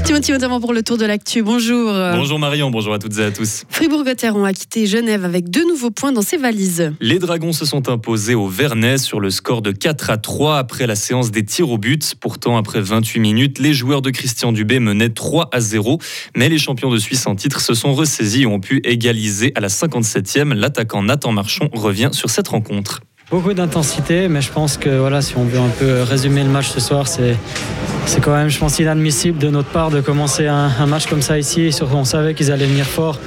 Timothy, notamment pour le tour de l'actu. Bonjour. Bonjour Marion, bonjour à toutes et à tous. Fribourg-Gotteron a quitté Genève avec 2 nouveaux points dans ses valises. Les Dragons se sont imposés au Vernet sur le score de 4-3 après la séance des tirs au but. Pourtant, après 28 minutes, les joueurs de Christian Dubé menaient 3-0. Mais les champions de Suisse en titre se sont ressaisis et ont pu égaliser à la 57e. L'attaquant Nathan Marchand revient sur cette rencontre. Beaucoup d'intensité, mais je pense que si on veut un peu résumer le match ce soir, c'est quand même, je pense, inadmissible de notre part de commencer un match comme ça ici. Surtout, on savait qu'ils allaient venir fort.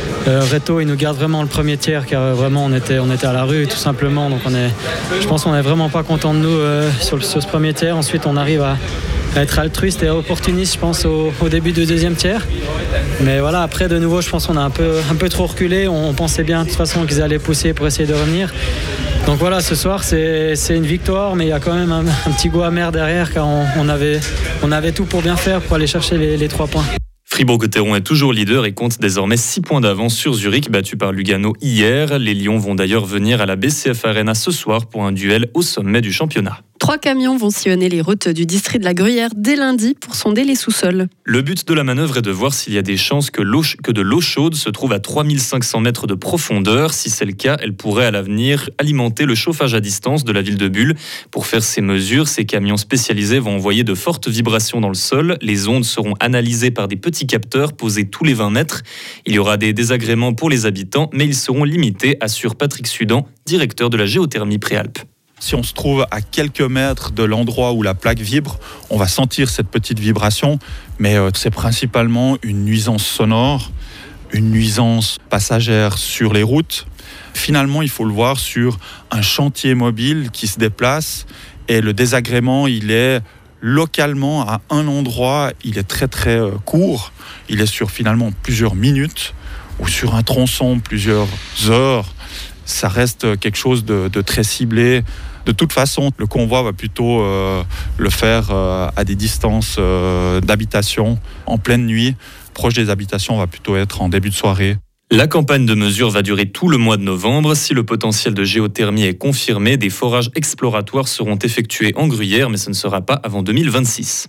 Reto, il nous garde vraiment le premier tiers, car vraiment on était à la rue tout simplement. Donc je pense qu'on n'est vraiment pas content de nous sur ce premier tiers. Ensuite, on arrive à être altruiste et opportuniste, je pense, au début du deuxième tiers. Mais après, de nouveau, je pense qu'on a un peu trop reculé. On pensait bien de toute façon qu'ils allaient pousser pour essayer de revenir. Donc ce soir c'est une victoire, mais il y a quand même un petit goût amer derrière, car on avait tout pour bien faire, pour aller chercher les 3 points. Fribourg-Gotteron est toujours leader et compte désormais 6 points d'avance sur Zurich, battu par Lugano hier. Les Lions vont d'ailleurs venir à la BCF Arena ce soir pour un duel au sommet du championnat. 3 camions vont sillonner les routes du district de la Gruyère dès lundi pour sonder les sous-sols. Le but de la manœuvre est de voir s'il y a des chances que de l'eau chaude se trouve à 3500 mètres de profondeur. Si c'est le cas, elle pourrait à l'avenir alimenter le chauffage à distance de la ville de Bulle. Pour faire ces mesures, ces camions spécialisés vont envoyer de fortes vibrations dans le sol. Les ondes seront analysées par des petits capteurs posés tous les 20 mètres. Il y aura des désagréments pour les habitants, mais ils seront limités, assure Patrick Sudan, directeur de la géothermie Préalpes. Si on se trouve à quelques mètres de l'endroit où la plaque vibre, on va sentir cette petite vibration, mais c'est principalement une nuisance sonore, une nuisance passagère sur les routes. Finalement, il faut le voir sur un chantier mobile qui se déplace, et le désagrément, il est localement à un endroit, il est très très court, il est sur finalement plusieurs minutes, ou sur un tronçon plusieurs heures. Ça reste quelque chose de très ciblé. De toute façon, le convoi va plutôt le faire à des distances d'habitation en pleine nuit. Proche des habitations, on va plutôt être en début de soirée. La campagne de mesure va durer tout le mois de novembre. Si le potentiel de géothermie est confirmé, des forages exploratoires seront effectués en Gruyère, mais ce ne sera pas avant 2026.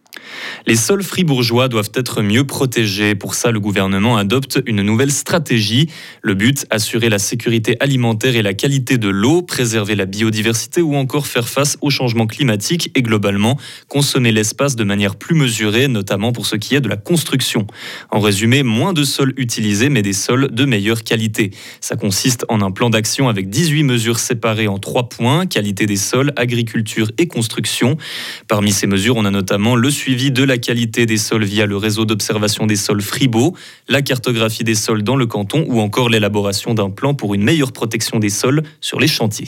Les sols fribourgeois doivent être mieux protégés. Pour ça, le gouvernement adopte une nouvelle stratégie. Le but, assurer la sécurité alimentaire et la qualité de l'eau, préserver la biodiversité ou encore faire face au changement climatique et globalement consommer l'espace de manière plus mesurée, notamment pour ce qui est de la construction. En résumé, moins de sols utilisés mais des sols de meilleure qualité. Ça consiste en un plan d'action avec 18 mesures séparées en 3 points, qualité des sols, agriculture et construction. Parmi ces mesures, on a notamment le suivi de la qualité des sols via le réseau d'observation des sols Fribo, la cartographie des sols dans le canton ou encore l'élaboration d'un plan pour une meilleure protection des sols sur les chantiers.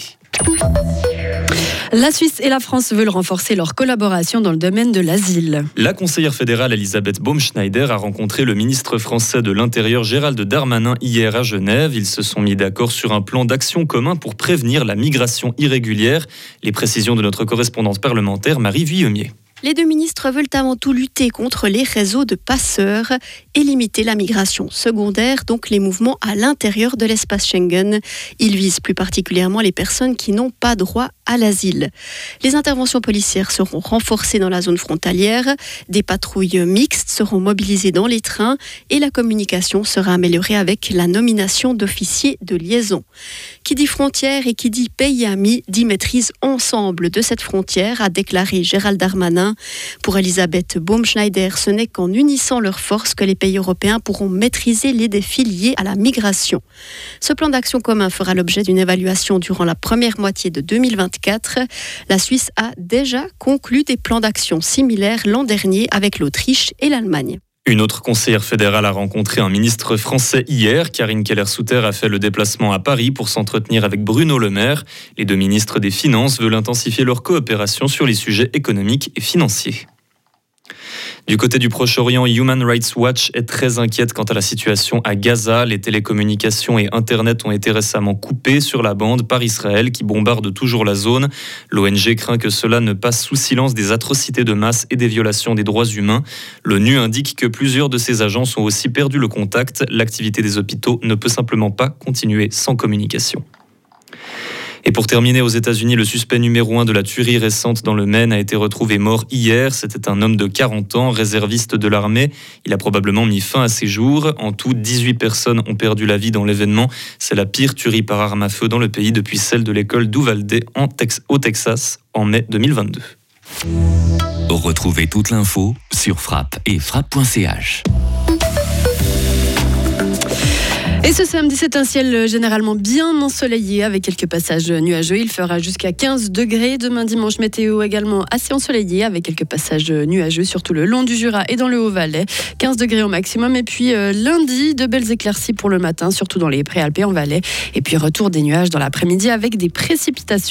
La Suisse et la France veulent renforcer leur collaboration dans le domaine de l'asile. La conseillère fédérale Elisabeth Baumschneider a rencontré le ministre français de l'Intérieur Gérald Darmanin hier à Genève. Ils se sont mis d'accord sur un plan d'action commun pour prévenir la migration irrégulière. Les précisions de notre correspondante parlementaire Marie Vuillemier. Les 2 ministres veulent avant tout lutter contre les réseaux de passeurs et limiter la migration secondaire, donc les mouvements à l'intérieur de l'espace Schengen. Ils visent plus particulièrement les personnes qui n'ont pas droit à l'asile. Les interventions policières seront renforcées dans la zone frontalière, des patrouilles mixtes seront mobilisées dans les trains et la communication sera améliorée avec la nomination d'officiers de liaison. Qui dit frontière et qui dit pays ami dit maîtrise ensemble de cette frontière, a déclaré Gérald Darmanin. Pour Elisabeth Baumschneider, ce n'est qu'en unissant leurs forces que les pays européens pourront maîtriser les défis liés à la migration. Ce plan d'action commun fera l'objet d'une évaluation durant la première moitié de 2024. La Suisse a déjà conclu des plans d'action similaires l'an dernier avec l'Autriche et l'Allemagne. Une autre conseillère fédérale a rencontré un ministre français hier. Karine Keller-Souter a fait le déplacement à Paris pour s'entretenir avec Bruno Le Maire. Les 2 ministres des Finances veulent intensifier leur coopération sur les sujets économiques et financiers. Du côté du Proche-Orient, Human Rights Watch est très inquiète quant à la situation à Gaza. Les télécommunications et Internet ont été récemment coupés sur la bande par Israël qui bombarde toujours la zone. L'ONG craint que cela ne passe sous silence des atrocités de masse et des violations des droits humains. L'ONU indique que plusieurs de ses agences ont aussi perdu le contact. L'activité des hôpitaux ne peut simplement pas continuer sans communication. Et pour terminer, aux États-Unis, le suspect numéro 1 de la tuerie récente dans le Maine a été retrouvé mort hier. C'était un homme de 40 ans, réserviste de l'armée. Il a probablement mis fin à ses jours. En tout, 18 personnes ont perdu la vie dans l'événement. C'est la pire tuerie par arme à feu dans le pays depuis celle de l'école d'Uvalde au Texas en mai 2022. Retrouvez toute l'info sur Frappe et frappe.ch. Et ce samedi, c'est un ciel généralement bien ensoleillé avec quelques passages nuageux. Il fera jusqu'à 15 degrés. Demain dimanche, météo également assez ensoleillé avec quelques passages nuageux, surtout le long du Jura et dans le Haut-Valais. 15 degrés au maximum. Et puis lundi, de belles éclaircies pour le matin, surtout dans les Préalpes et en Valais. Et puis retour des nuages dans l'après-midi avec des précipitations.